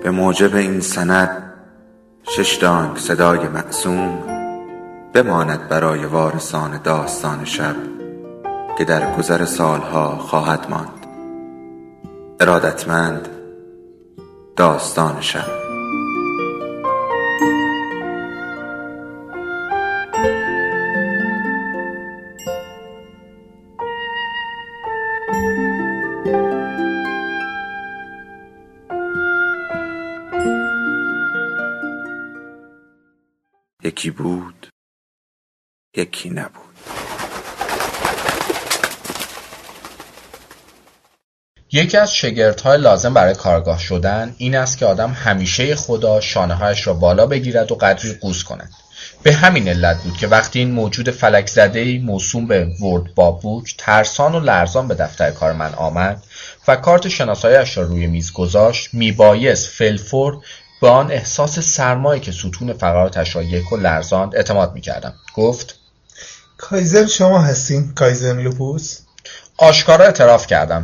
به موجب این سند 6 دانگ صدای معصوم بماند برای وارثان داستان شب که در گذر سالها خواهد ماند. ارادتمند، داستان شب. یکی بود، یکی نبود. یکی از شگردهای لازم برای کارگاه شدن این است که آدم همیشه خدا شانه‌هایش را بالا بگیرد و قدری قوز کند. به همین علت بود که وقتی این موجود فلک زده‌ای موسوم به ورد بابوک ترسان و لرزان به دفتر کار من آمد و کارت شناسایی‌اش را روی میز گذاشت، میبایست فلفور به آن احساس سرمایی که ستون فقراتش را یک و لرزاند اعتماد می‌کردم. گفت: کایزن شما هستین کایزن لوپوس؟ آشکارا اعتراف کردم.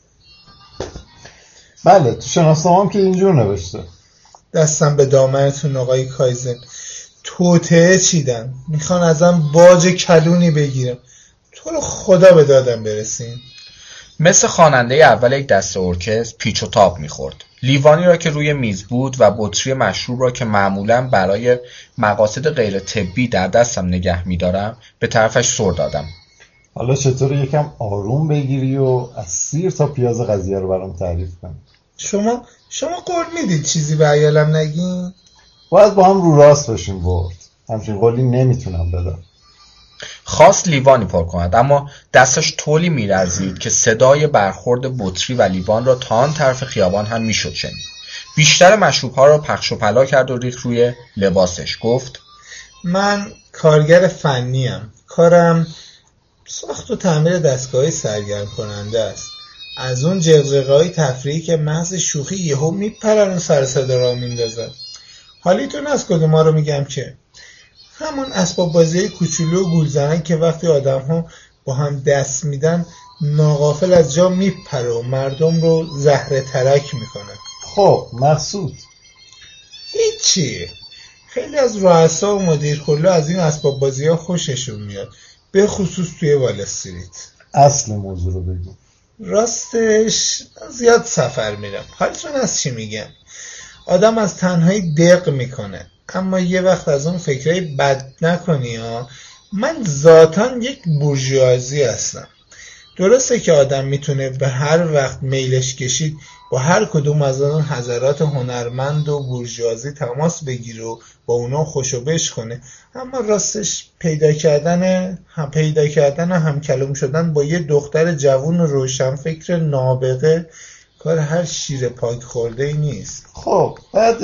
بله، تو شناسنامه‌ام که اینجور نوشته. دستم به دامنتون آقای کایزن. توطئه چیدن، میخوان ازم باج کلونی بگیرم. تو رو خدا به دادم برسین. مثل خواننده اول یک دسته ارکستر پیچ و تاب میخورد. لیوانی را که روی میز بود و بطری مشروب را که معمولاً برای مقاصد غیر طبی در دستم نگه میدارم به طرفش سر دادم. حالا چطور یکم آروم بگیری و از سیر تا پیاز قضیه رو برام تعریف کنی؟ شما قول میدید چیزی به عیالم نگین؟ باید با هم رو راست باشیم برد. همچین قولی نمیتونم بدم. خواست لیوانی پر کند اما دستش طولی می‌لرزید که صدای برخورد بطری و لیوان را تا آن طرف خیابان هم میشد شنید. بیشتر مشروب‌ها را پخش و پلا کرد و ریخت روی لباسش. گفت: من کارگر فنیم. کارم ساخت و تعمیر دستگاهی سرگرم کننده است. از اون جغجغه‌های تفریحی که محض شوخی یهو میپرن و سر صدا را میندازن. حالیتون از کدوم ما رو میگم که همون اسباب بازی کوچولو و گولزنک که وقتی آدم‌ها با هم دست میدن ناغافل از جا میپره و مردم رو زهره ترک میکنه. خب مقصود هیچی. خیلی از رؤسا و مدیر کلا از این اسباب بازی‌ها خوششون میاد، به خصوص توی وال استریت. اصل موضوع رو بگو. راستش زیاد سفر میرم. حالتون از چی میگم؟ آدم از تنهایی دق میکنه، اما یه وقت از اون فکرهای بد نکنی ها. من ذاتاً یک بورژوازی هستم. درسته که آدم میتونه به هر وقت میلش کشید با هر کدوم از اون حضرات هنرمند و بورژوازی تماس بگیره و با اونا خوشو بش کنه، اما راستش پیدا کردن و همکلام شدن با یه دختر جوون و روشنفکر نابغه کار هر شیر پاک خورده نیست. خب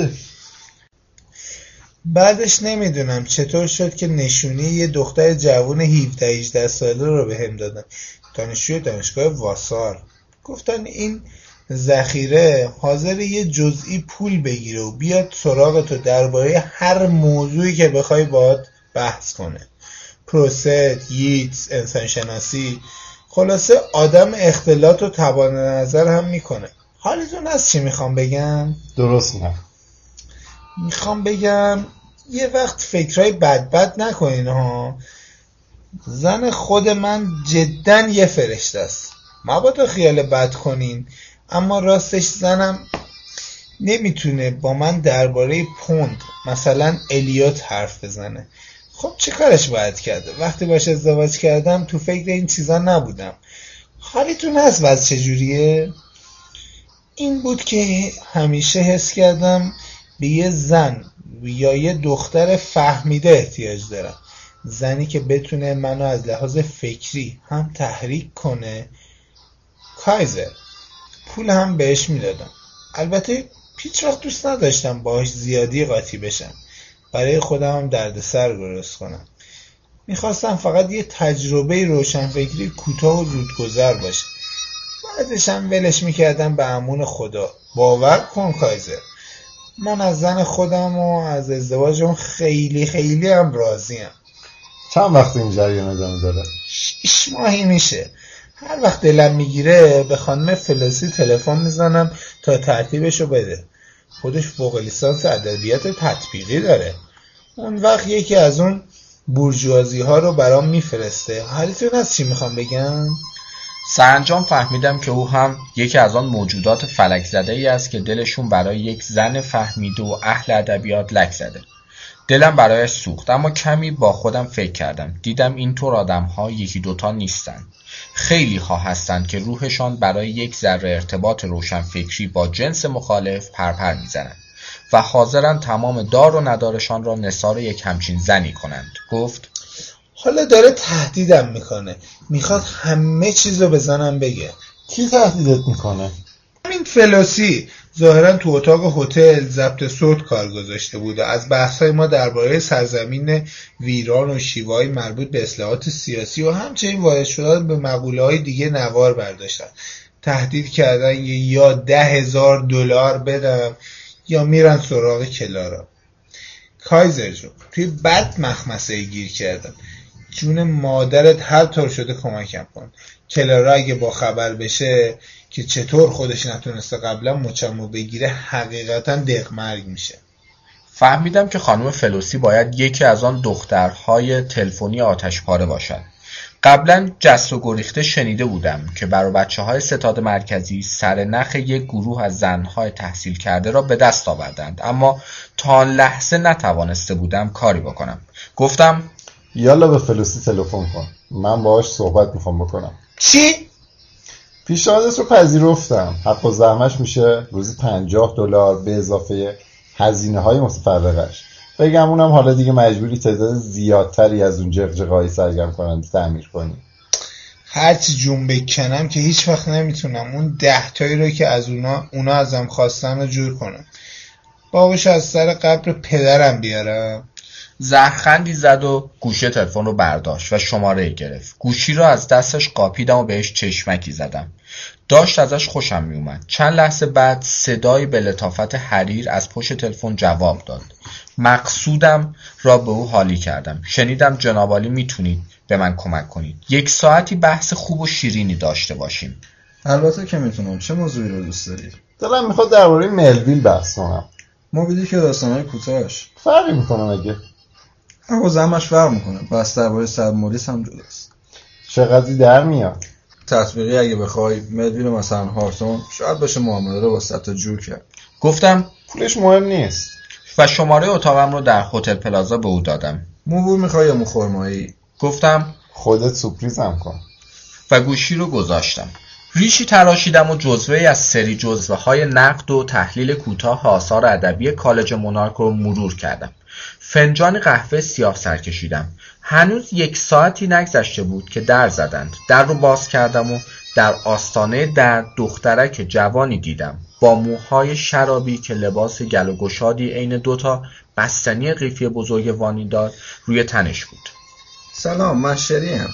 بعدش نمیدونم چطور شد که نشونی یه دختر جوون 17-18 ساله رو بهم دادن. دانشجوی دانشگاه واسار. گفتن این ذخیره حاضر یه جزئی پول بگیره و بیاد سراغ تو درباره هر موضوعی که بخوای باهات بحث کنه. پروست، ییتس، انسانشناسی. خلاصه آدم اختلاط و تبادل نظر هم میکنه. حالتون از چی میخوام بگم؟ درست نه. میخوام بگم یه وقت فکرهای بد نکنین ها. زن خود من جداً یه فرشته است. مبادا خیال بد کنین، اما راستش زنم نمیتونه با من درباره پوند مثلا الیوت حرف بزنه. خب چه کارش باید کرده؟ وقتی باش ازدواج کردم تو فکر این چیزا نبودم. حالیتون هست وضع چجوریه؟ این بود که همیشه حس کردم به یه زن یا یه دختر فهمیده احتیاج دارم. زنی که بتونه منو از لحاظ فکری هم تحریک کنه. کایزر پول هم بهش میدادم. البته هیچ وقت دوست نداشتم باهاش زیادی قاطی بشم، برای خودم هم دردسر درست کنم. میخواستم فقط یه تجربه روشنفکری کوتاه و زودگذر باشه. بعدش هم ولش میکردم به امون خدا. باور کن کایزر، من از زن خودم و از ازدواجم خیلی هم راضیم. چند وقت این جریان ادامه داره؟ 6 ماهی میشه. هر وقت دلم میگیره به خانم فلسی تلفن میزنم تا ترتیبشو بده. خودش فوق لیسانس ادبیات تطبیقی داره. اون وقت یکی از اون بورژوازی ها رو برام میفرسته. حالیتون از چی میخوام بگم؟ سرانجام فهمیدم که او هم یکی از آن موجودات فلک زده ای است که دلشون برای یک زن فهمیده و اهل ادبیات لک زده. دلم برایش سوخت، اما کمی با خودم فکر کردم. دیدم اینطور آدم ها یکی دوتا نیستن. خیلی ها هستند که روحشان برای یک ذره ارتباط روشن فکری با جنس مخالف پرپر میزنند و حاضرن تمام دار و ندارشان را نثار یک همچین زنی کنند. گفت حالا داره تهدیدم میکنه، میخواد همه چیزو بزنم بگه. کی تهدیدت میکنه؟ همین فلوسی ظاهرا تو اتاق هتل ضبط صوت کار گذاشته بود و از بحث‌های ما درباره سرزمین ویران و شیوه‌های مربوط به اصلاحات سیاسی و همچنین وارد شدن به مقوله‌های دیگه نوار برداشتن. تهدید کردن یا $10,000 بدم یا میرن سراغ کلارا. کایزر جون، توی بد مخمسه گیر کردم. جون مادرت هر طور شده کمکم کن. کلارا اگه با خبر بشه که چطور خودش نتونسته قبلا مچمو بگیره، حقیقتا دقمرگ میشه. فهمیدم که خانم فلوسی باید یکی از آن دخترهای تلفنی آتشپاره باشد. قبلا جست و گریخته شنیده بودم که برای بچه‌های ستاد مرکزی سر نخ یک گروه از زنهای تحصیل کرده را به دست آوردند، اما تا آن لحظه نتوانسته بودم کاری بکنم. گفتم یالا به فلوسی تلفن کن، من باهاش صحبت میخوام بکنم. چی؟ پیشنهادت رو پذیرفتم. حق و زحمش میشه روزی $50 به اضافه هزینه‌های متفرقش. بگم اونم حالا دیگه مجبوری تعداد زیادتری از اون جغجغه‌های سرگرم کننده تعمیر کنی. هرچی جون بکنم که هیچ وقت نمیتونم اون 10 تایی رو که از اونا ازم خواستن رو جور کنم. باقیش از سر قبر پدرم بیارم. زهرخندی زد و گوشه تلفن رو برداشت و شماره گرفت. گوشی رو از دستش قاپیدم و بهش چشمکی زدم. داشت ازش خوشم می اومد. چند لحظه بعد صدایی به لطافت حریر از پشت تلفن جواب داد. مقصودم را به او حالی کردم. شنیدم جناب عالی میتونید به من کمک کنید. 1 ساعتی بحث خوب و شیرینی داشته باشیم. البته که میتونم. چه موضوعی رو دوست داری؟ دلم میخواد درباره ملویل بحث کنم. موبیلی که داستانهای کوتاهش فرقی میکنه مگه؟ حق و زحمش فرق میکنه. بس درباره سب موریس هم جداست. چقدری در میاد؟ تطبیقی اگه بخوای ملویل مثلا هارتون شاید بشه معامله رو واسط جور کرد. گفتم پولش مهم نیست. و شماره اتاقم رو در هتل پلازا به او دادم. موبور میخوای یا موخورمایی؟ گفتم خودت سورپریزم کن. و گوشی رو گذاشتم. ریشی تراشیدم و جزوه‌ای از سری جزوه‌های نقد و تحلیل کوتاه آثار ادبی کالج مونارک رو مرور کردم. فنجان قهوه سیاه سر کشیدم. هنوز 1 ساعتی نگذشته بود که در زدند. در رو باز کردم و در آستانه در دخترک جوانی دیدم با موهای شرابی که لباس گل و گشادی عین 2 بستنی قیفی بزرگ وانیدار روی تنش بود. سلام، من شریم.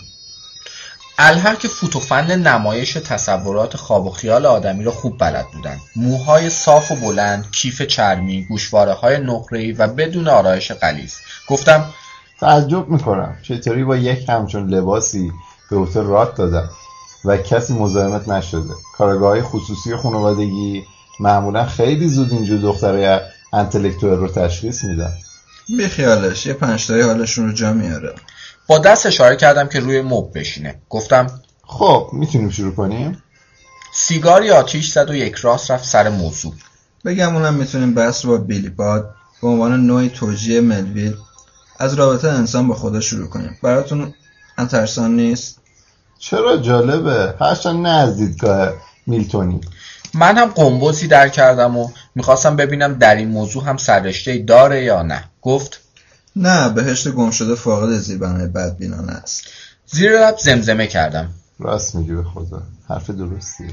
الهر که فوتوفن نمایش تصورات خواب و خیال آدمی را خوب بلد بودند. موهای صاف و بلند، کیف چرمی، گوشواره‌های نقره‌ای و بدون آرایش غلیظ. گفتم تعجب میکنم چطوری با یک همچون لباسی به هتل رات دادن و کسی مزاحمت نشده. کارگاه‌های خصوصی خانوادگی معمولا خیلی زود اینجور دخترای انتلکتوئل رو تشخیص میدن. بیخیالش، یه 5 تایی حالشون رو جا میاره. با دست اشاره کردم که روی مبل بشینه. گفتم خب میتونیم شروع کنیم؟ سیگاری آتیش زد و یک راست رفت سر موضوع. بگم اونم میتونیم بحث رو با بیلی باد به عنوان نوعی توجیه ملویل از رابطه انسان با خدا شروع کنیم. براتون انترسان نیست؟ چرا جالبه، هرچند نه از دیدگاه میلتونی. من هم قنبوزی در کردم و میخواستم ببینم در این موضوع هم سررشته‌ای داره یا نه. گفت نه، بهشت گم شده فاقد زیربنای بدبینانه است. زیر لب زمزمه کردم. راست میگی به خدا، حرف درستیه.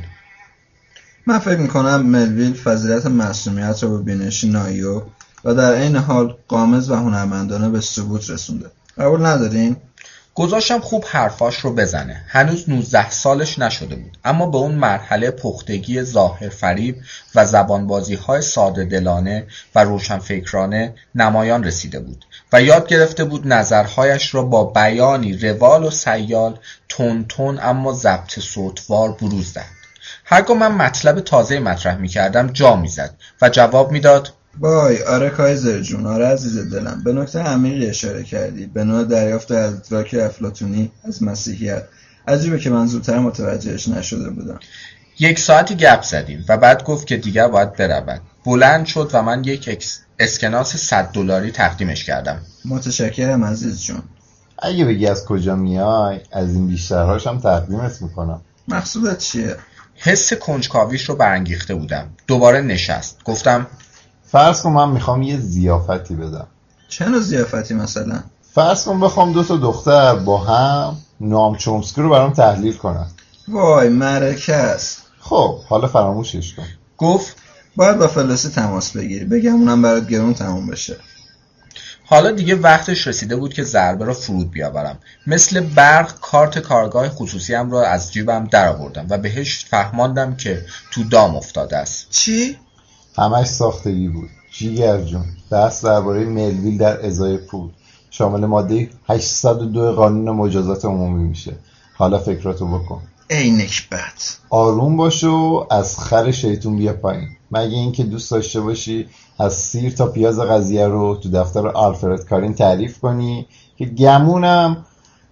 من فکر میکنم ملویل فضیلت معصومیت رو به بینشی نایو و در عین حال غامض و هنرمندانه به ثبوت رسونده. قبول ندارین؟ گذاشتم خوب حرفاش رو بزنه. هنوز 19 سالش نشده بود، اما به اون مرحله پختگی ظاهر فریب و زبانبازی‌های ساده دلانه و روشنفکرانه نمایان رسیده بود و یاد گرفته بود نظرهایش را با بیانی روال و سیال تون اما ضبط صوتوار بروز دهد. هرگاه من مطلب تازه مطرح می‌کردم جا می‌زد و جواب می‌داد: وای آره کایزر جون، آره عزیز دلم، به نکته عمیقی اشاره کردی، به نوع دریافت از ادراک افلاطونی از مسیحیت. عجیبه که من زودتر متوجهش نشده بودم. 1 ساعتی گپ زدیم و بعد گفت که دیگر باید برود. بلند شد و من یک اسکناس $100 تقدیمش کردم. متشکرم عزیز جون. اگه بگی از کجا میای از این بیشترهاش هم تقدیمت میکنم. مقصودت چیه؟ حس کنجکاویش رو برانگیخته بودم. دوباره نشست. گفتم: فرض کن من میخوام یه ضیافتی بدم. چه نوع ضیافتی مثلا؟ فرض کن بخوام 2 تا دختر با هم نام چومسکی رو برام تحلیل کنن. وای معرکه است. خب حالا فراموشش کن. گفت: باید با فلسی تماس بگیری، بگم اونم برات گرون تموم بشه. حالا دیگه وقتش رسیده بود که ضربه را فرود بیاورم. مثل برق کارت کارگاه خصوصیم را از جیبم درآوردم و بهش فهماندم که تو دام افتاده است. چی؟ همش ساختگی بود. جیگر جون، بحث درباره ملویل در ازای پول شامل ماده 802 قانون مجازات عمومی میشه. حالا فکراتو بکن. ای نکبت. آروم باش و از خر شیطون بیا پایین. مگه اینکه دوست داشته باشی از سیر تا پیاز قضیه رو تو دفتر آلفرد کارین تعریف کنی که گمونم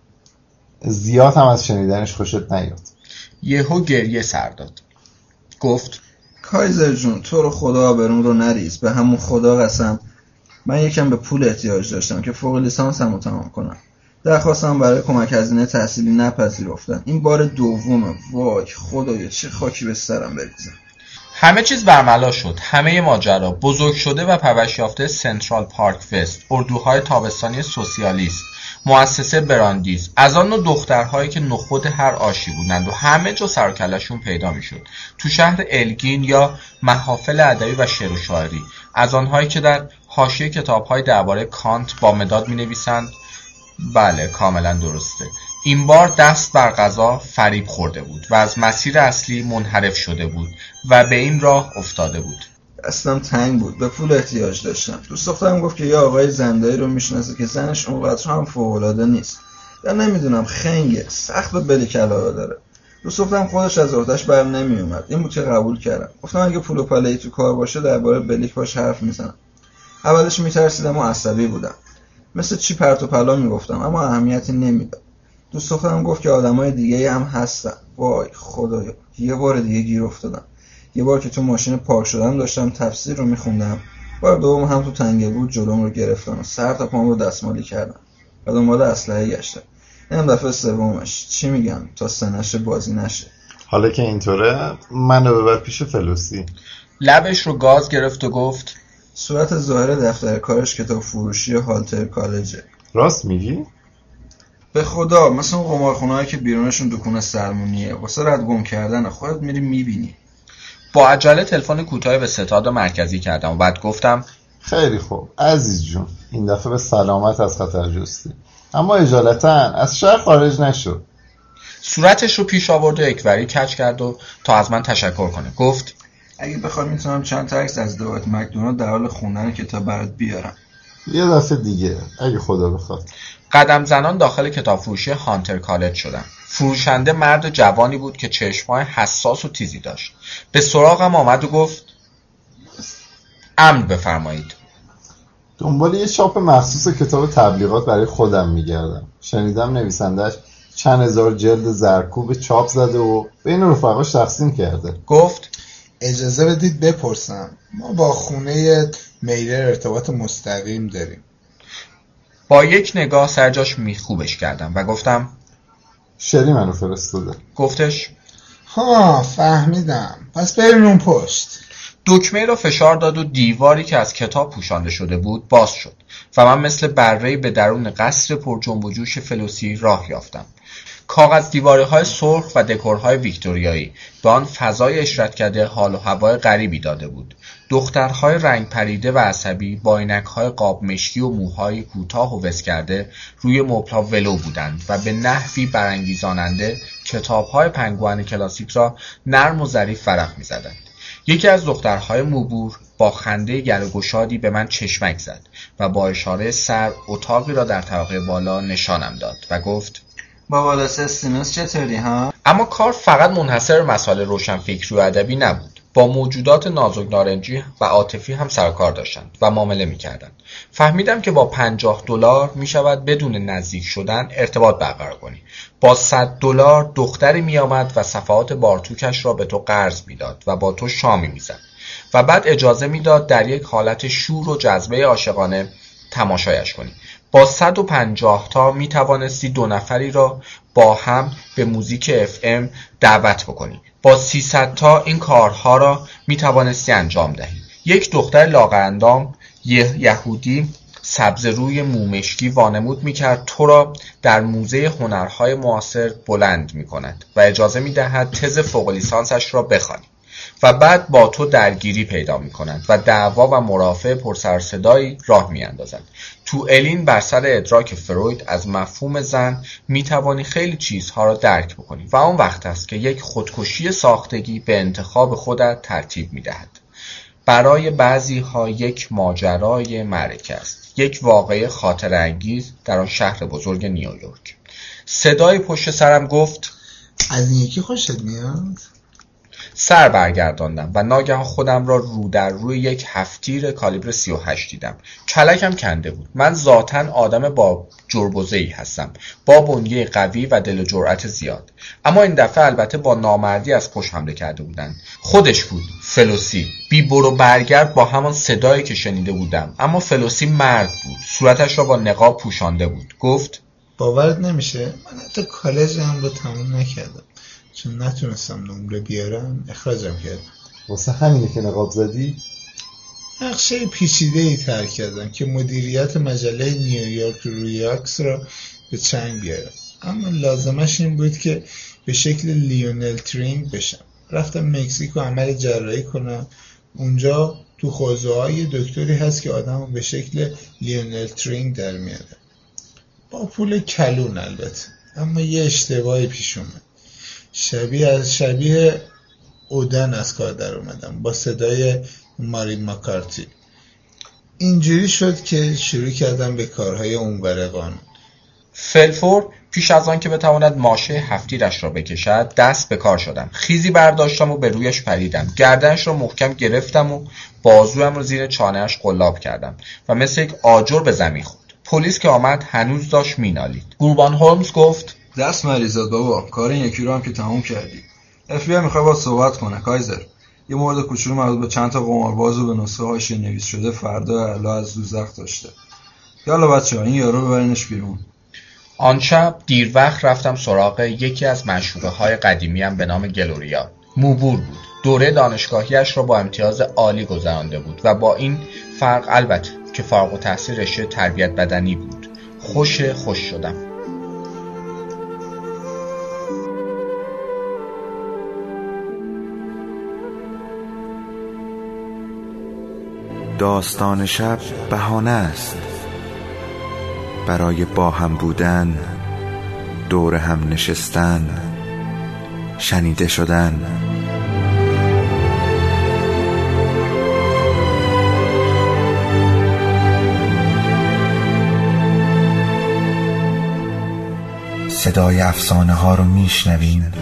زیاد هم از شنیدنش خوشت نیاد. یهو گریه سر داد. گفت: کایزر جون تو رو خدا آبروم رو نریز، به همون خدا قسم. من یکم به پول احتیاج داشتم که فوق لیسانسم رو تمام کنم. درخواستم برای کمک هزینه تحصیلی نپذیرفتن. این بار دومه. وای خدایا چه خاکی به سرم بریزه. همه چیز برملا شد. همه ماجرا بزرگ شده و پرورش یافته سنترال پارک وست، اردوهای تابستانی سوسیالیست، مؤسسه براندیز، از آن نوع دخترهایی که نخود هر آشی بودند و همه جا سر و کله‌شون پیدا میشد. تو شهر الگین یا محافل ادبی و شعر و شاعری، از آنهایی که در حاشیه کتاب‌های درباره کانت با مداد می‌نویسند: بله کاملا درسته. این بار دست بر قضا فریب خورده بود و از مسیر اصلی منحرف شده بود و به این راه افتاده بود. دستم تنگ بود، به پول احتیاج داشتم. دوست دخترم گفت که یه آقای زندایی رو میشناسه که زنش اونقدر هم فوق‌العاده نیست. یا نمیدونم خنگه، سخت به بلی کلا داره. دوست دخترم خودش از عهده‌اش بر نمیومد. این بود که قبول کردم. گفتم اگه پول و پله‌ای تو کار باشه درباره بلیک باش حرف میزنم. اولش میترسیدم و عصبی بودم. مثل چی پرت و پلا میگفتم اما اهمیتی نمیداد. دوست دخترم گفت که آدمای دیگه هم هستن. وای خدایا یه بار دیگه گیر افتادم. یه بار که تو ماشین پارک شدم داشتم تفسیر رو میخوندم، بار دوم هم تو تنگه بود جلوم رو گرفتن و سر تا پام رو دستمالی کردم و دنبال اسلحه گشتم. اینم دفعه سومش. چی میگم تا سنش بازی نشه. حالا که اینطوره منو ببر پیش فلوسی. لبش رو گاز گرفت و گفت: صورت ظاهر دفتر کارش کتاب فروشی هالتر کالجه. راست میگی؟ به خدا مثل اون قمارخونه‌هایی که بیرونشون دکون سرمونیه، واسه رد گم کردن خودت میری میبینی. با عجله تلفن کوتاهی به ستاد مرکزی کردم و بعد گفتم: خیلی خوب عزیز جون، این دفعه به سلامت از خطر جستی، اما اجالتا از شهر خارج نشو. صورتش رو پیش آورد و اکوری کج کرد و تا از من تشکر کنه گفت: اگه بخوام میتونم چند تا عکس از دوات مکدونالد در حال خوندن کتاب برات بیارم. یه دفعه دیگه اگه خدا بخواد. قدم زنان داخل کتاب فروشی هانتر کالج شدم. فروشنده مرد جوانی بود که چشمای حساس و تیزی داشت. به سراغم آمد و گفت: امر بفرمایید. دنبال یه چاپ مخصوص کتاب تبلیغات برای خودم میگردم. شنیدم نویسندش چند هزار جلد زرکوب چاپ زده و بین رفقاش تقسیم کرده. گفت: اجازه بدید بپرسم، ما با خونه میرر ارتباط مستقیم داریم. با یک نگاه سرجاش میخوبش کردم و گفتم شری منو فرستاده. گفتش ها فهمیدم، پس بریم اون پشت. دکمه را فشار داد و دیواری که از کتاب پوشانده شده بود باز شد و من مثل بره‌ای به درون قصر پر جنب و جوش فلوسی راه یافتم. کاغذ دیواره‌های سرخ و دکورهای ویکتوریایی به آن فضای اشرت کرده حال و هوای غریبی داده بود. دخترهای رنگ پریده و عصبی با عینک‌های قاب مشکی و موهای کوتاه و وز کرده روی مبل‌ها ولو بودند و به نحوی برانگیزاننده کتاب‌های پنگوئن کلاسیک را نرم و ظریف ورق می‌زدند. یکی از دخترهای موبور با خنده گلوگشادی به من چشمک زد و با اشاره سر اتاقی را در طبقه بالا نشانم داد و گفت با والس استیمس چطوری ها؟ اما کار فقط منحصر به مسائل روشنفکری و ادبی نبود. با موجودات نازک نارنجی و عاطفی هم سر کار داشتند و معامله می‌کردند. فهمیدم که با $50 می‌شود بدون نزدیک شدن ارتباط برقرار کنی. با $100 دختری می‌آمد و صفحات بارتوکش را به تو قرض می‌داد و با تو شامی می‌زد و بعد اجازه می‌داد در یک حالت شور و جذبه عاشقانه تماشایش کنی. با 150 تا می توانستی 2 نفری را با هم به موزیک FM دعوت بکنی. با 300 تا این کارها را می توانستی انجام دهی. یک دختر لاغرندام یهودی سبز روی مومشکی وانمود می کرد تو را در موزه هنرهای معاصر بلند می کند و اجازه می دهد تز فوق لیسانسش را بخوانی و بعد با تو درگیری پیدا می کنند و دعوا و مرافعه پرسر صدایی راه می اندازند. تو الین بر سر ادراک فروید از مفهوم زن می توانی خیلی چیزها را درک بکنی و آن وقت است که یک خودکشی ساختگی به انتخاب خودت ترتیب می دهد. برای بعضی ها یک ماجرای معرکه است، یک واقعه خاطر انگیز در آن شهر بزرگ نیویورک. صدای پشت سرم گفت از این یکی خوشت میاد؟ سر برگرداندم و ناگهان خودم را رو در روی یک هفت‌تیر کالیبر 38 دیدم. کلکم کنده بود. من ذاتاً آدم با جربوزه‌ای هستم، با بنیه قوی و دل و جرأت زیاد. اما این دفعه البته با نامردی از پشت حمله کرده بودند. خودش بود، فلوسی. بی برو برگرد با همان صدایی که شنیده بودم. اما فلوسی مرد بود. صورتش را با نقاب پوشانده بود. گفت باورت نمیشه من حتی کالج هم رو تموم نکردم، چون نتونستم نمره بیارم اخراجم کردم. واسه همینه که نقاب زدی؟ نقشه پیچیده‌ای طرح کردم که مدیریت مجله نیویورک رویاکس را به چنگ بیارم، اما لازمش این بود که به شکل لیونل ترینگ بشم. رفتم مکزیک و عمل جراحی کنم. اونجا تو حوزه‌های دکتری هست که آدمو به شکل لیونل ترینگ در میاره، با پول کلون البته. اما یه اشتباهی پیش اومد. شبیه اودن از کار در اومدم با صدای مارین ماکارتی. اینجوری شد که شروع کردم به کارهای اونور قانون. فلفور پیش از آن که بتواند ماشه هفتیرش را بکشد دست به کار شدم. خیزی برداشتم و به رویش پریدم. گردنش را محکم گرفتم و بازویم را زیر چانه‌اش قلاب کردم و مثل یک آجر به زمین خورد. پلیس که آمد هنوز داشت مینالید. گوربان هولمز گفت دست مریضات بابا، کار این یکی رو هم که تموم کردی. FBI میخواد باهات صحبت کنه کایزر. یه مورد کوچولو مربوط به چند تا قمارباز و به نسخه حاشیه نویس شده فردا اعلا از دوزخ داشته. یالا بچه‌ها این یارو ببرینش بیرون. آن شب دیر وقت رفتم سراغ یکی از معشوقه‌های قدیمیم به نام گلوریا. موبور بود. دوره دانشگاهیش را با امتیاز عالی گذرانده بود و با این فرق البته که فارغ التحصیل رشته تربیت بدنی بود. خوش شدم. داستان شب بهانه است برای با هم بودن، دور هم نشستن، شنیده شدن. صدای افسانه ها رو میشنوین.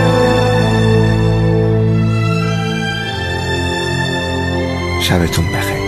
شبتون بخیر.